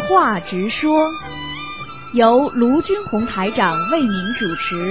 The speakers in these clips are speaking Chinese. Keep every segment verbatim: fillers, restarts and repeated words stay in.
话直说，由卢军红台长为您主持。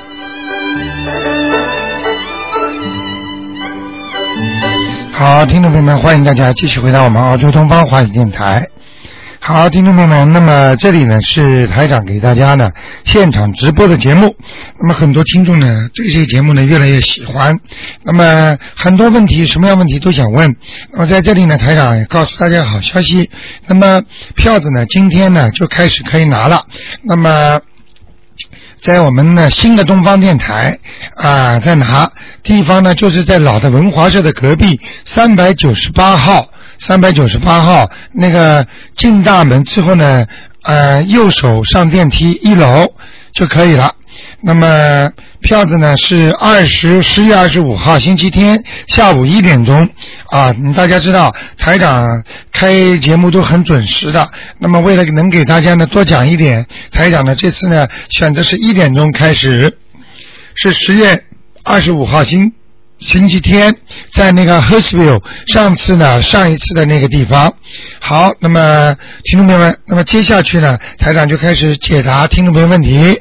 好，听众朋友们，欢迎大家继续回到我们澳洲东方华语电台。好，听众朋友们，那么这里呢是台长给大家呢现场直播的节目。那么很多听众呢对这个节目呢越来越喜欢，那么很多问题什么样问题都想问。那么在这里呢台长也告诉大家好消息，那么票子呢今天呢就开始可以拿了。那么在我们呢新的东方电台啊，在拿地方呢就是在老的文华社的隔壁三百九十八号三百九十八号那个进大门之后呢呃右手上电梯一楼就可以了。那么票子呢是二十十月二十五号星期天下午一点钟啊，大家知道台长开节目都很准时的，那么为了能给大家呢多讲一点，台长呢这次呢选择是一点钟开始，是十月二十五号星星期天在那个 Hurstville 上次呢上一次的那个地方。好，那么听众朋友们，那么接下去呢台长就开始解答听众朋友问题。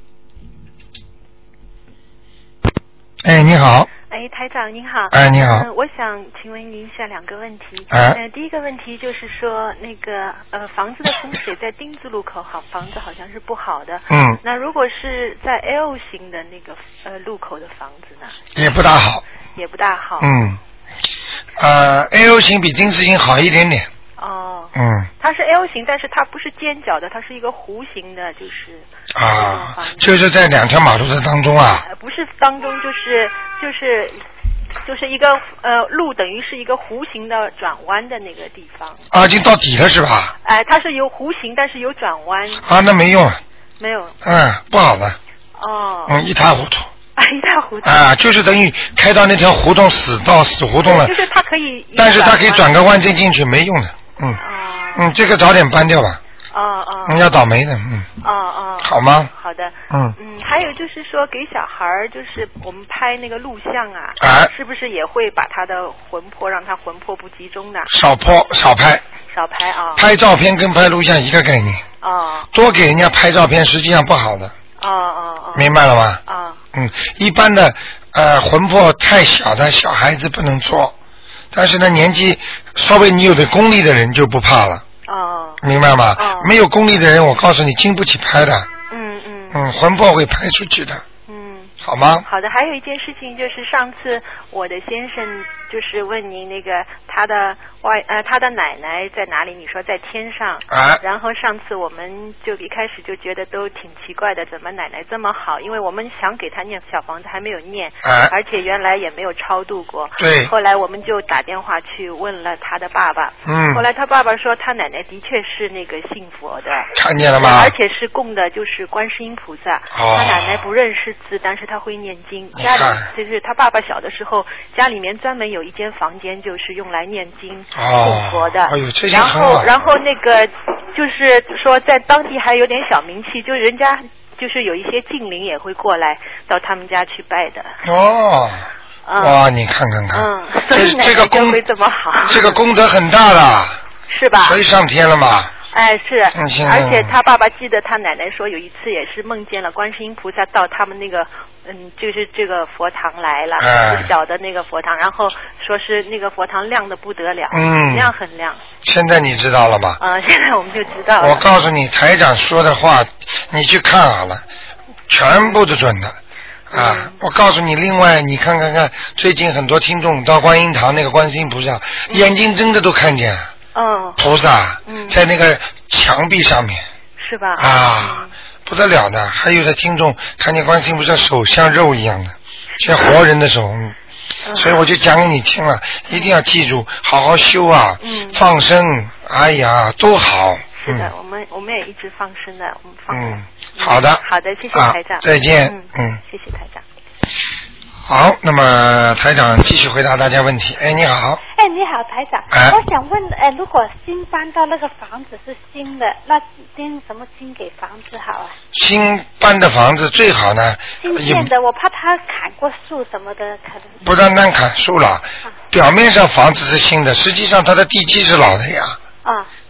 哎，你好。 哎，台长您好。 哎，你好。 嗯、呃，我想请问您一下两个问题。 哎。 呃，第一个问题就是说，那个呃，房子的风水在丁字路口好，房子好像是不好的。 嗯。 那如果是在 L 型的那个呃路口的房子呢？ 也不大好。 也不大好。 嗯。呃 ，L 型比丁字形好一点点。 哦。 嗯。 它是 L 型，但是它不是尖角的，它是一个弧形的，就是。 啊，就是在两条马路的当中啊。 呃、不是当中，就是就是就是一个呃路，等于是一个弧形的转弯的那个地方。 啊，已经到底了是吧？ 哎、呃，它是有弧形，但是有转弯。 啊，那没用。 没有。 嗯，不好的。 哦。 嗯，一塌糊涂。 啊，一塌糊涂。 啊，就是等于开到那条胡同死到死胡同了。 就是它可以。 但是它可以转个弯再进去，没用的。嗯。 哦。 嗯，这个早点搬掉吧。 哦哦。 嗯，要倒霉的，嗯。 哦哦。 好吗？ 好的。 嗯。 嗯，还有就是说，给小孩儿，就是我们拍那个录像啊， 啊是不是也会把他的魂魄让他魂魄不集中的？ 少拍，少拍。 少拍啊。 拍照片跟拍录像一个概念。 哦。 多给人家拍照片，实际上不好的。 哦哦哦。 明白了吗？ 啊、哦。 嗯，一般的呃魂魄太小的小孩子不能做，但是呢年纪稍微你有点功力的人就不怕了。 哦。 明白吗？ 哦。 没有功力的人，我告诉你经不起拍的。 嗯嗯。 嗯，魂魄会拍出去的。 嗯。 好吗？ 好的，还有一件事情就是上次我的先生就是问您那个他的外呃他的奶奶在哪里？你说在天上。 啊。 然后上次我们就一开始就觉得都挺奇怪的，怎么奶奶这么好？因为我们想给他念小房子还没有念， 啊、 而且原来也没有超度过。 对。 后来我们就打电话去问了他的爸爸。 嗯。 后来他爸爸说他奶奶的确是那个信佛的。 看见了吗？ 而且是供的就是观世音菩萨。 哦。 他奶奶不认识字，但是他会念经。家里就是他爸爸小的时候，家里面专门有一间房间，就是用来念经供佛的。 哎呦，这然后，然后那个就是说，在当地还有点小名气，就是人家就是有一些近邻也会过来到他们家去拜的。 哦。 嗯、 哇，你看看看， 嗯，所以这个功会这么好， 这个功德很大的， 是吧？ 所以上天了嘛。 哎，是， 嗯、 而且他爸爸记得他奶奶说有一次也是梦见了观世音菩萨到他们那个嗯，就是这个佛堂来了， 哎、 小的那个佛堂，然后说是那个佛堂亮的不得了， 嗯， 亮很亮。 现在你知道了吗？ 啊、呃，现在我们就知道了。 我告诉你，台长说的话，你去看好了，全部都准的。啊、嗯！我告诉你，另外你看看看，最近很多听众到观音堂那个观世音菩萨，嗯、眼睛睁着都看见。 嗯， 菩萨、 嗯、 在那个墙壁上面， 是吧？ 啊，嗯、不得了的！还有的听众看见观世音菩萨手像肉一样的，像活人的手，嗯嗯、所以我就讲给你听了，一定要记住，好好修啊， 嗯、 放生，哎呀，都好。 是的，嗯、我们我们也一直放生的，我们放生。 嗯，好的， 好的，谢谢台长， 啊、再见。 嗯嗯， 谢谢台长。 好，那么台长继续回答大家问题。哎，你好。 哎，你好，台长。 哎。 我想问，哎，如果新搬到那个房子是新的，那经什么经给房子好啊？ 新搬的房子最好呢。 新建的，我怕他砍过树什么的，可能。 不单单砍树了， 啊、 表面上房子是新的，实际上它的地基是老的呀。 啊。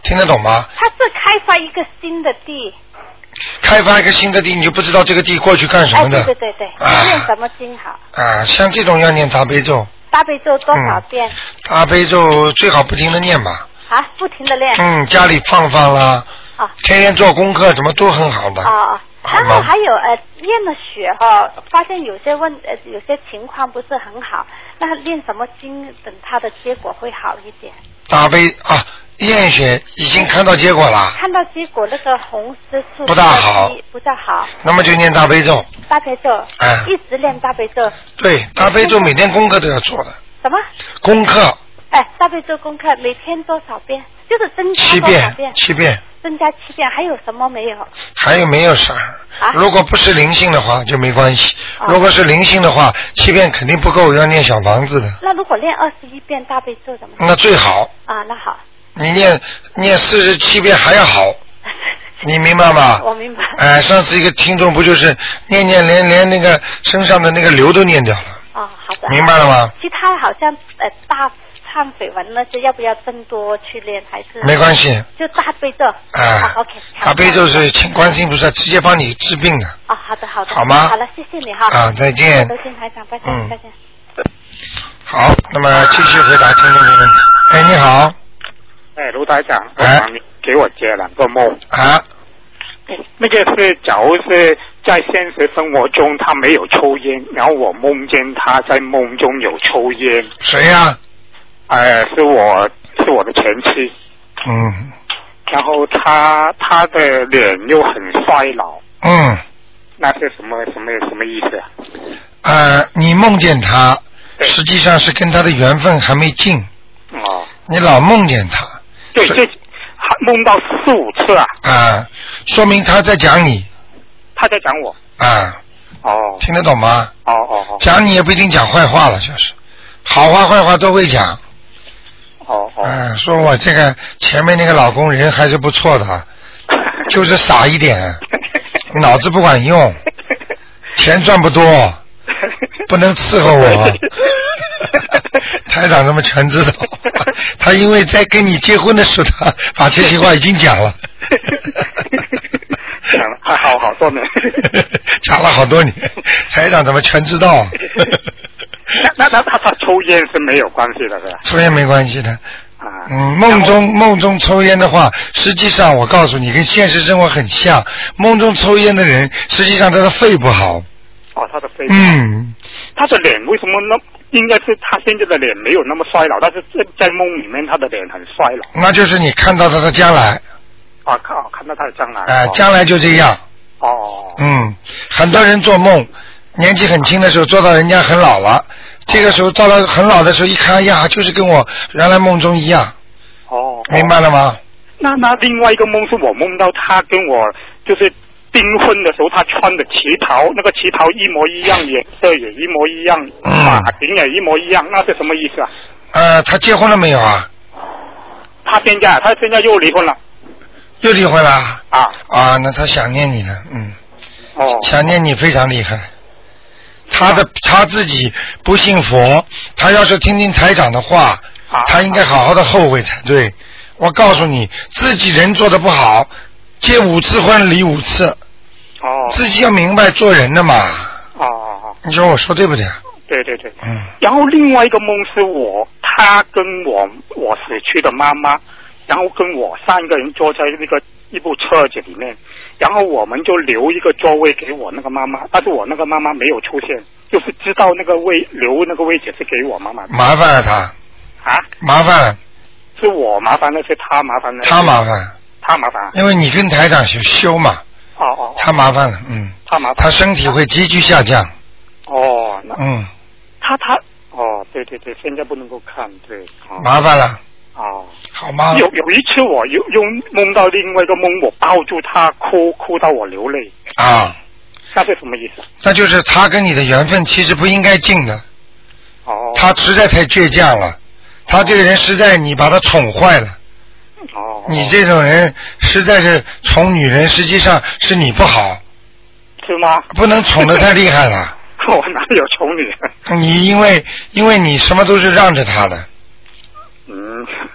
听得懂吗？ 他是开发一个新的地。 开发一个新的地，你就不知道这个地过去干什么的。 哎、对对对对， 啊、 念什么经好？ 啊，像这种要念大悲咒。 大悲咒多少遍？ 嗯、大悲咒最好不停的念吧。 啊，不停的练。 嗯，家里放放啦。 啊。 天天做功课，怎么都很好的。 啊啊。然后还有呃，验了血哈、哦，发现有些问呃有些情况不是很好，那练什么经，等它的结果会好一点。 大悲啊。验血已经看到结果了， 看到结果那个红色素不大好， 不大好。 那么就念大悲咒。 大悲咒， 哎， 一直念大悲咒。 对，大悲咒每天功课都要做的。 什么？ 功课。 哎，大悲咒功课每天多少遍？就是增加多少遍？ 七遍。七遍。 增加七遍，还有什么没有？ 还有没有啥？啊？如果不是灵性的话就没关系，哦、如果是灵性的话，七遍肯定不够，要念小房子的。 那如果念二十一遍大悲咒怎么？ 那最好。 啊，那好。 你念念四十七遍还要好，你明白吗？ 我明白。 哎，上次一个听众不就是念念连连那个身上的那个瘤都念掉了？ 哦，好的。 明白了吗？ 其他好像呃大忏悔文那些要不要增多去练还是？ 没关系。 就大悲咒。 啊、 哦、OK。 大悲咒是请观世音菩萨直接帮你治病的。 哦，好的好的。 好吗？ 好了，谢谢你哈。 啊，再见。 都见台长，拜拜， 嗯， 再见。 好，那么继续回答听众的问题。哎，你好。 哎，卢台长，我帮你给我解两个梦啊。 那个是，假如是在现实生活中他没有抽烟，然后我梦见他在梦中有抽烟。 谁呀、啊？ 呃，是我是我的前妻。 嗯。 然后他他的脸又很衰老。 嗯。 那是什么什么什么意思啊？ 呃，你梦见他，实际上是跟他的缘分还没尽。 哦。 你老梦见他。 对，这梦到四五次啊！ 啊，说明他在讲你。 他在讲我。 啊。 哦。 听得懂吗？ 哦哦哦。 讲你也不一定讲坏话了，就是，好话坏话都会讲。 哦哦。 嗯，说我这个前面那个老公人还是不错的，就是傻一点，脑子不管用，钱赚不多，不能伺候我。台长他们全知道，他因为在跟你结婚的时候，他把这些话已经讲了。 讲了还好好多年。 讲了好多年，台长他们全知道。 那那那他他抽烟是没有关系的，是吧？ 抽烟没关系的。 啊。 嗯，梦中梦中抽烟的话，实际上我告诉你，跟现实生活很像。梦中抽烟的人，实际上他的肺不好。 哦，他的肺不好。 嗯。 他的脸为什么那？应该是他现在的脸没有那么衰老，但是在梦里面他的脸很衰老。 那就是你看到他的将来。 啊，看看到他的将来。 哎、呃，将来就这样。 哦。 嗯，很多人做梦，年纪很轻的时候做到人家很老了，这个时候到了很老的时候一看呀，就是跟我原来梦中一样。 哦。 明白了吗？ 那那另外一个梦是我梦到他跟我就是订婚的时候，他穿的旗袍，那个旗袍一模一样，颜色也一模一样，发型也一模一样，那是什么意思啊？ 呃，他结婚了没有啊？ 他现在，他现在又离婚了。 又离婚了？ 啊啊，那他想念你了，嗯。 哦。 想念你非常厉害。他的他自己不信佛，他要是听听台长的话，啊、他应该好好的后悔才对。我告诉你，自己人做的不好，结五次婚离五次。 哦。 自己要明白做人的嘛。 哦哦哦。 你说我说对不对？ 对对对。 嗯。 然后另外一个梦是我，他跟我我死去的妈妈，然后跟我三个人坐在那个一部车子里面，然后我们就留一个座位给我那个妈妈，但是我那个妈妈没有出现，就是知道那个位留那个位置是给我妈妈。 麻烦了他。 啊？ 麻烦。 是我麻烦的，是他麻烦的。 他麻烦。 他麻烦。 因为你跟台长修修嘛。 哦哦。 他麻烦了，嗯。 他麻烦。 他身体会急剧下降。 哦，那。 嗯。 他他哦，对对对，现在不能够看，对。哦、 麻烦了。 哦。 好吗？ 有有一次我又又梦到另外一个梦，我抱住他哭，哭到我流泪。 啊。 那是什么意思？ 那就是他跟你的缘分其实不应该尽的。 哦。 他实在太倔强了，他这个人实在你把他宠坏了。 哦。 你这种人实在是宠女人，实际上是你不好。 是吗？ 不能宠得太厉害了。 我哪有宠你？ 你因为因为你什么都是让着他的。 嗯。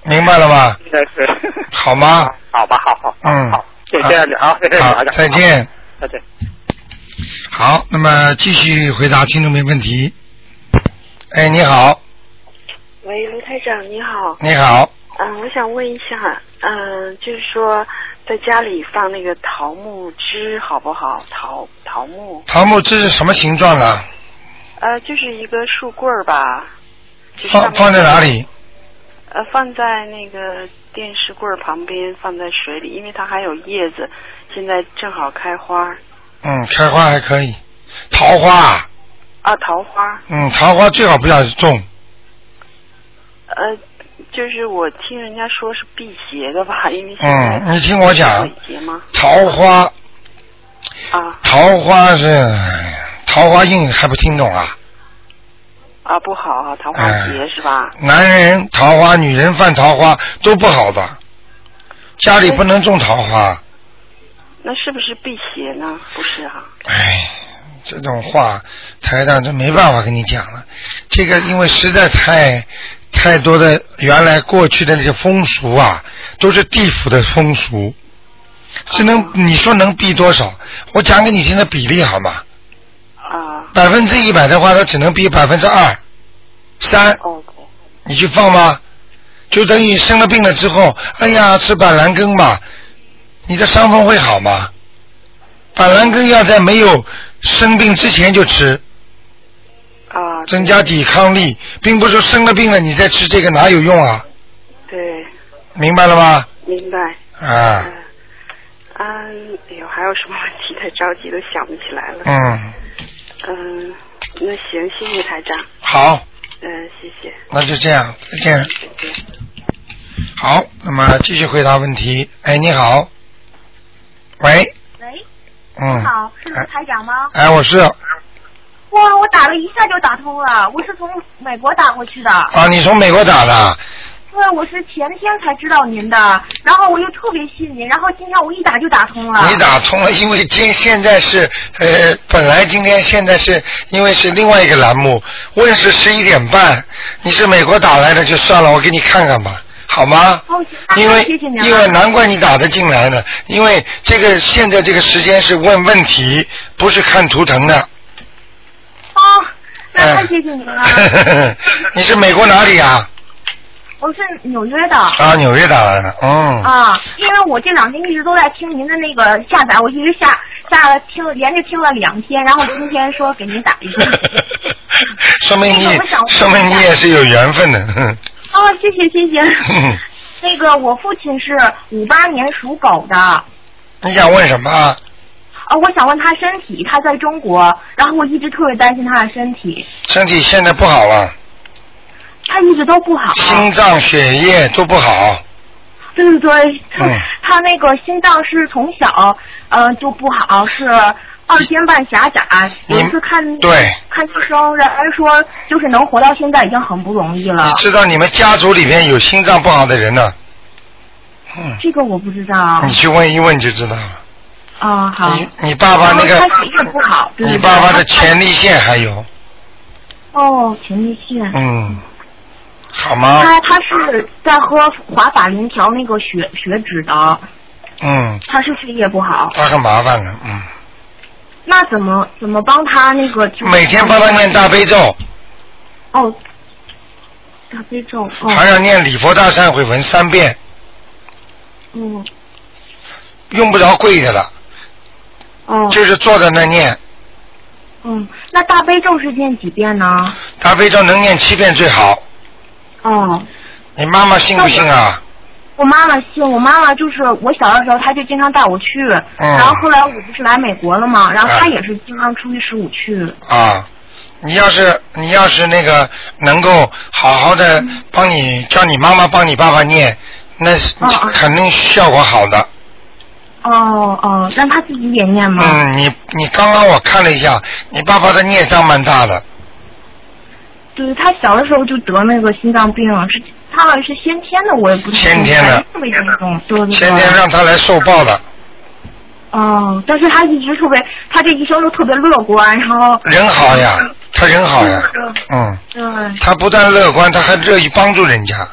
明白了吗？ 应该是。 好吗？ 好吧，好好。 嗯。 好，谢谢你啊，谢谢你。 好，再见。 再见。 好，那么继续回答听众没问题。哎，你好。 喂，卢台长，你好。 你好。 嗯、呃，我想问一下，嗯、呃，就是说在家里放那个桃木枝好不好？桃桃木。 桃木枝是什么形状的？ 呃，就是一个树棍儿吧。 放放在哪里？ 呃，放在那个电视柜旁边，放在水里，因为它还有叶子，现在正好开花。 嗯，开花还可以。桃花。 啊，桃花。 嗯，桃花最好不要种。 呃。就是我听人家说是辟邪的吧，因为现在嗯，你听我讲，桃花啊， 桃花是桃花运还不听懂啊？ 啊，不好啊，桃花劫、哎、是吧？ 男人桃花，女人犯桃花都不好的，家里不能种桃花。 那是不是辟邪呢？不是啊。 哎，这种话台长这没办法跟你讲了，这个因为实在太。太多的原来过去的那些风俗啊，都是地府的风俗，只能你说能避多少？我讲给你听的比例好吗？ 啊。 百分之一百的话，它只能避百分之二、三。你去放吗？就等于生了病了之后，哎呀，吃板蓝根吧，你的伤风会好吗？板蓝根要在没有生病之前就吃。 啊， 增加抵抗力，并不是说生了病了你再吃这个哪有用啊？ 对。 明白了吗？ 明白。 啊。 嗯，哎呦，还有什么问题？太着急都想不起来了。 嗯。 嗯，那行，谢谢台长。 好。 嗯，谢谢。 那就这样，再见。 再见。 好，那么继续回答问题。哎，你好。喂。 喂。 嗯。 你好，是卢台长吗？ 哎，我是。 哇，我打了一下就打通了，我是从美国打过去的。 啊，你从美国打的？ 对，我是前天才知道您的，然后我又特别信您，然后今天我一打就打通了。 你打通了，因为今现在是呃，本来今天现在是因为是另外一个栏目，问是十一点半，你是美国打来的就算了，我给你看看吧。好吗？ 哦， 因为谢谢您。 因为难怪你打得进来呢，因为这个现在这个时间是问问题，不是看图腾的。 哦，那太谢谢您了。 呃、你是美国哪里啊？ 我是纽约的。 啊，纽约打来的，嗯。 啊，因为我这两天一直都在听您的那个下载，我一直下下了听，连着听了两天，然后今天说给您打一下。 说明你，说明你也是有缘分的。 哦，谢谢谢谢。那个我父亲是五八年属狗的。 你想问什么？ 哦，我想问他身体，他在中国，然后我一直特别担心他的身体。 身体现在不好了。 他一直都不好。 心脏、血液都不好。 对对对，他、 嗯、 他那个心脏是从小呃就不好，是二尖瓣狭窄。有一次看对看医生，人说就是能活到现在已经很不容易了。 你知道你们家族里面有心脏不好的人呢？ 嗯，这个我不知道。 你去问一问就知道了。 啊、哦，好。 你你爸爸那个， 他血液不好。对对你爸爸的前列腺还有。 哦，前列腺。 嗯。好吗？ 他他是在喝华法林调那个血血脂的。 嗯。 他是血液不好。 他很麻烦的，嗯。 那怎么怎么帮他那个？ 每天帮他念大悲咒。 哦。大悲咒。哦、 还要念礼佛大忏悔文三遍。 嗯。 用不着跪着的。 哦。 就是坐在那念。 嗯，那大悲咒是念几遍呢？ 大悲咒能念七遍最好。 哦。 你妈妈信不信啊？ 我妈妈信，我妈妈就是我小的时候，她就经常带我去， 嗯、 然后后来我不是来美国了嘛，然后她也是经常初一十五去。 啊，你要是你要是那个能够好好的帮你、嗯、叫你妈妈帮你爸爸念，那肯定效果好的。 哦哦，让他自己也念吗？ 嗯，你你刚刚我看了一下，你爸爸的孽障蛮大的。 对，他小的时候就得那个心脏病，是他好像是先天的，我也不知道。 先天的。 特别严重，对对对。 先天让他来受报的。 哦，但是他一直特别，他这一生都特别乐观，然后。 人好呀，他人好呀，嗯。 对。 他不但乐观，他还乐意帮助人家。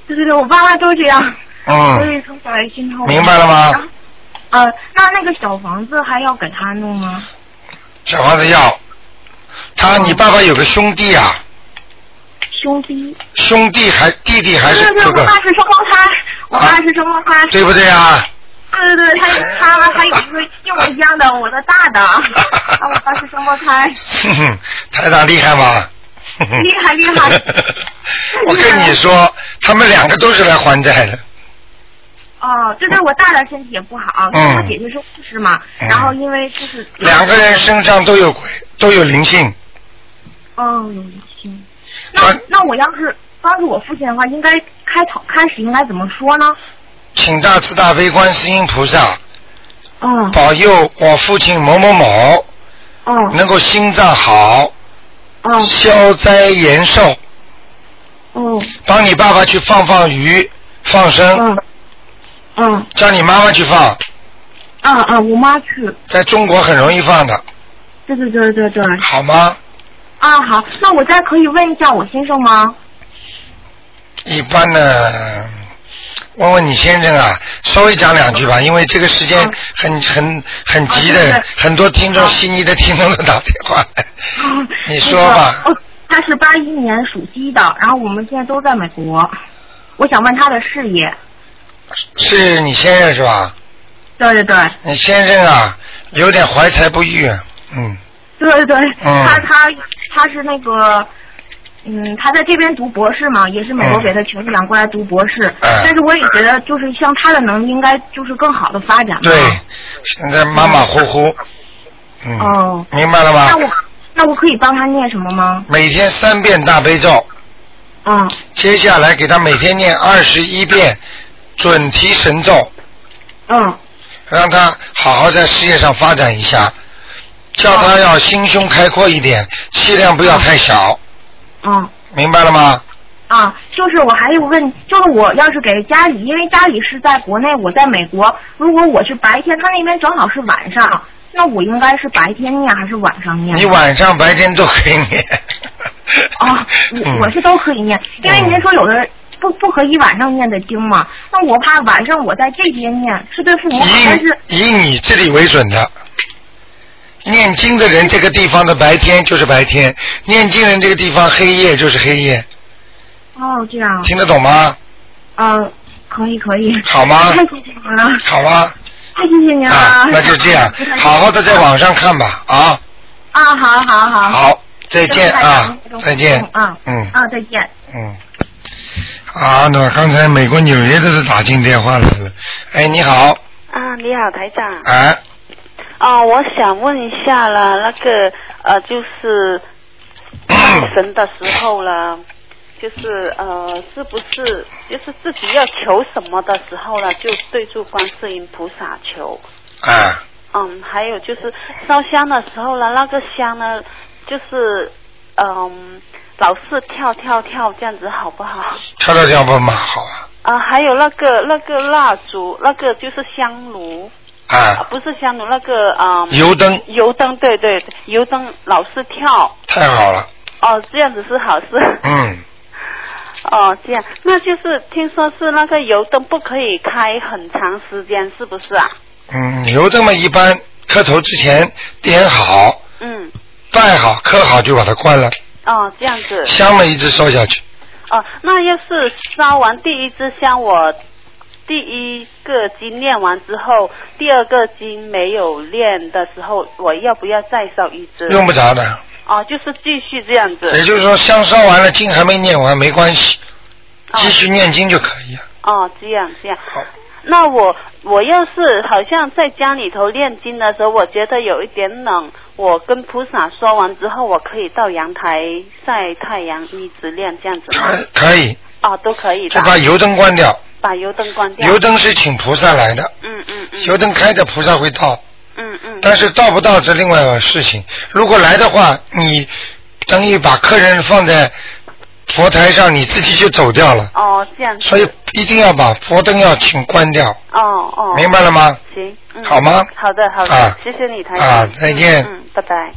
对对对，我爸妈都这样。 嗯。 所以从小也心疼我。 明白了吗？ 呃，那那个小房子还要给他弄吗？ 小房子要。他，你爸爸有个兄弟啊。 兄弟。 兄弟还弟弟还是哥哥？ 对对对，我爸是双胞胎，我爸是双胞胎。 对不对啊？ 对对对，他他还有一个一模一样的，我的大的，啊，我爸是双胞胎。 哼哼，台长厉害吗？ 厉害厉害。 我跟你说，他们两个都是来还债的。 哦，对对，我大的身体也不好，因为他姐姐是护士嘛， 嗯、 然后因为就是。 两个人身上都有鬼，都有灵性。 哦，有灵性。那那我要是帮助我父亲的话，应该开头开始应该怎么说呢？ 请大慈大悲观世音菩萨， 嗯， 保佑我父亲某某某， 嗯， 能够心脏好， 嗯， 消灾延寿， 嗯， 帮你爸爸去放放鱼，放生， 嗯，嗯， 叫你妈妈去放， 啊啊，我妈去， 在中国很容易放的， 对对对对对， 好吗？ 啊好，那我再可以问一下我先生吗？ 一般呢。问问你先生啊，稍微讲两句吧，因为这个时间很很很急的， 啊、 很多听众悉尼的听众都打电话来， 啊、 你说吧。 那个哦、他是八一年属鸡的，然后我们现在都在美国，我想问他的事业。 是你先生是吧？ 对对对。 你先生啊，有点怀才不遇，嗯。 对对对， 嗯、 他他他是那个。嗯，他在这边读博士嘛，也是美国给他全奖过来读博士。嗯、但是我也觉得，就是像他的能力，应该就是更好的发展。 对，现在马马虎虎。嗯。 哦。 明白了吗？ 那我那我可以帮他念什么吗？ 每天三遍大悲咒。 嗯。 接下来给他每天念二十一遍准提神咒。 嗯。 让他好好在事业上发展一下，叫他要心胸开阔一点，气量不要太小。 嗯， 明白了吗？ 啊，就是我还有问，就是我要是给家里，因为家里是在国内，我在美国，如果我是白天，他那边正好是晚上，那我应该是白天念还是晚上念？ 你晚上白天都可以念。 啊，我我是都可以念，因为您说有的不不可以晚上念的经嘛，那我怕晚上我在这边念是对父母好，但是以你这里为准的。念经的人这个地方的白天就是白天，念经人这个地方黑夜就是黑夜。 哦，这样。 听得懂吗？ 呃，可以可以。 好吗？ 太谢谢您了。 好吗？ 太谢谢您了。 啊，那就这样，好好的在网上看吧，啊。 啊，好好好。 好，再见啊，再见。 啊， 嗯。 啊，再见。 嗯。好，那么刚才美国纽约的都打进电话来了。哎，你好。 啊，你好，台长。 哎。 哦，我想问一下了，那个呃，就是拜神的时候了，就是呃，是不是就是自己要求什么的时候了，就对住观世音菩萨求。 啊。 嗯，还有就是烧香的时候了，那个香呢，就是嗯，老是跳跳跳这样子好不好？ 跳跳跳不蛮好啊。 啊，还有那个那个蜡烛，那个就是香炉。 啊， 不是香炉，那个啊，嗯、 油灯， 油灯，对对，油灯老是跳。 太好了。 哦，这样子是好事。 嗯。 哦，这样，那就是听说是那个油灯不可以开很长时间，是不是啊？ 嗯，油灯嘛，一般磕头之前点好， 嗯， 拜好，磕好就把它关了。 哦，这样子。 香嘛，一直烧下去。 哦，那要是烧完第一支香，我。第一个经念完之后，第二个经没有念的时候，我要不要再烧一支？ 用不着的。 哦，就是继续这样子。 也就是说，香烧完了，经还没念完，没关系，继续念经就可以了。 哦，这样这样。 好。 那我我要是好像在家里头念经的时候，我觉得有一点冷，我跟菩萨说完之后，我可以到阳台晒太阳，一直念这样子吗？ 可以。 哦，都可以的。 就把油灯关掉。 把油灯关掉。 油灯是请菩萨来的。 嗯嗯嗯。 油灯开的菩萨会到。 嗯嗯。 但是到不到这另外一个事情。如果来的话，你等于把客人放在佛台上，你自己就走掉了。 哦，这样。 所以一定要把佛灯要请关掉。 哦哦。 明白了吗？ 行。嗯、 好吗？ 好的好的、啊，谢谢你台长。 啊，再见。 嗯，拜拜。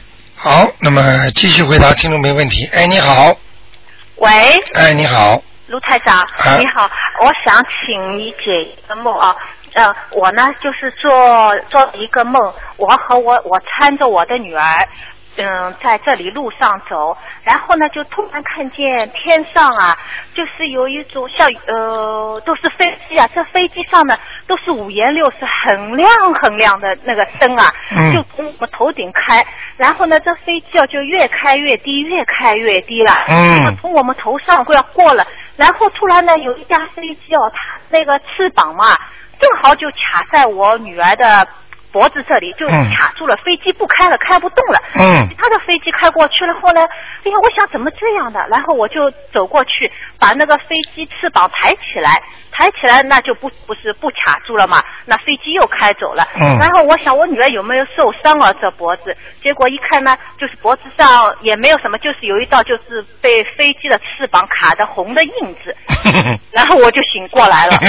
好，那么继续回答听众没问题。哎，你好。 喂。 哎，你好。 卢台长， 啊、 你好，我想请你解一个梦啊。呃，我呢就是做做一个梦，我和我我搀着我的女儿，嗯，在这里路上走，然后呢就突然看见天上啊，就是有一种像呃都是飞机啊，这飞机上呢都是五颜六色、很亮很亮的那个灯啊， 嗯、 就从我们头顶开，然后呢这飞机啊就越开越低，越开越低了， 嗯， 从我们头上快要过了，然后突然呢有一架飞机哦，它那个翅膀嘛。正好就卡在我女儿的脖子这里，就卡住了，飞机不开了，开不动了。 嗯， 其他的飞机开过去了，后来，哎呀，我想怎么这样的？然后我就走过去，把那个飞机翅膀抬起来，抬起来那就不不是不卡住了嘛，那飞机又开走了。 嗯， 然后我想我女儿有没有受伤啊？这脖子，结果一看呢，就是脖子上也没有什么，就是有一道就是被飞机的翅膀卡的红的印子。然后我就醒过来了。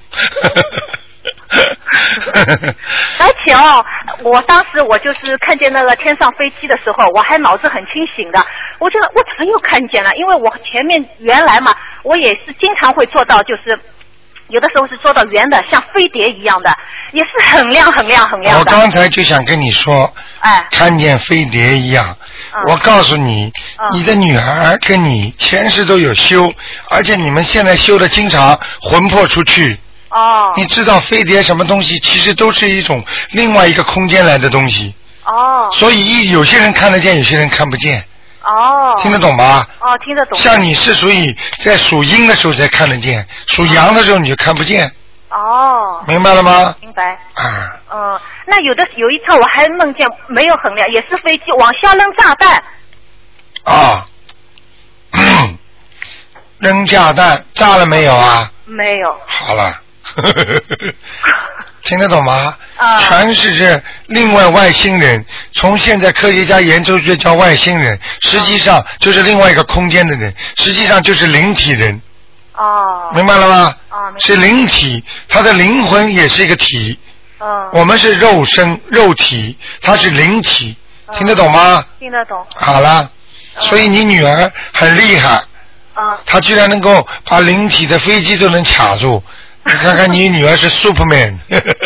而且哦，我当时我就是看见那个天上飞机的时候，我还脑子很清醒的。我觉得我怎么又看见了？因为我前面原来嘛，我也是经常会做到，就是有的时候是做到圆的，像飞碟一样的，也是很亮很亮很亮的。 我刚才就想跟你说， 哎， 看见飞碟一样。嗯、我告诉你、嗯，你的女儿跟你前世都有修，而且你们现在修的经常魂魄出去。 哦， 你知道飞碟什么东西？其实都是一种另外一个空间来的东西。 哦， 所以有些人看得见，有些人看不见。 哦， 听得懂吗？ 哦，听得懂。 像你是属于在属阴的时候才看得见，属阳的时候你就看不见。 哦， 明白了吗？ 明白。 啊。 嗯，那有的有一次我还梦见没有很亮，也是飞机往下扔炸弹。 啊。扔炸弹，炸了没有啊？ 没有。 好了。听得懂吗？ 啊， 全是这另外外星人，从现在科学家研究就叫外星人，实际上就是另外一个空间的人，实际上就是灵体人。 哦， 明白了吗？ 哦， 是灵体，他的灵魂也是一个体。 嗯， 我们是肉身肉体，他是灵体， 嗯、 听得懂吗？ 听得懂。 好了，嗯、所以你女儿很厉害。 嗯， 她居然能够把灵体的飞机都能卡住。你看看你女儿是 Superman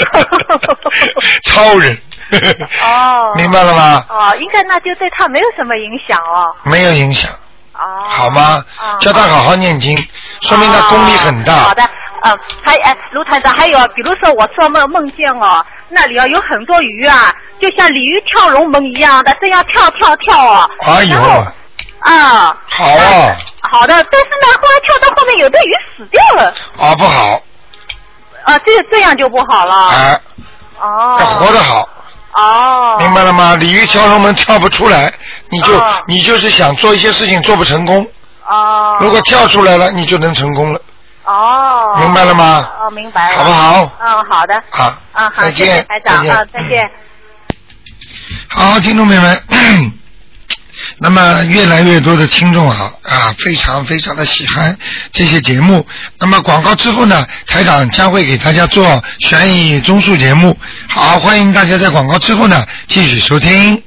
超人哦， 明白了吗？ 哦，应该那就对她没有什么影响哦。 没有影响。 哦， 好吗？ 哦、 叫她好好念经，说明她功力很大。 哦、好的，嗯、呃，还哎，卢台长，还有比如说我做梦梦见哦，那里啊有很多鱼啊，就像鲤鱼跳龙门一样的，这样跳跳跳哦。 哎呦。 啊， 好啊， 好的，但是呢，后来跳到后面，有的鱼死掉了。 啊，不好。 啊，这这样就不好了。 哎。 哦。 要活得好。 哦。 明白了吗？鲤鱼跳龙门跳不出来，你就、 哦、 你就是想做一些事情做不成功。 哦。 如果跳出来了，你就能成功了。 哦。 明白了吗？ 哦，明白了。 好不好？ 嗯，好的。 好。 嗯，好， 再见， 谢谢台长啊，再见。 好，听众朋友们。那么越来越多的听众啊啊，非常非常的喜欢这些节目。那么广告之后呢，台长将会给大家做悬疑综述节目。好，欢迎大家在广告之后呢继续收听。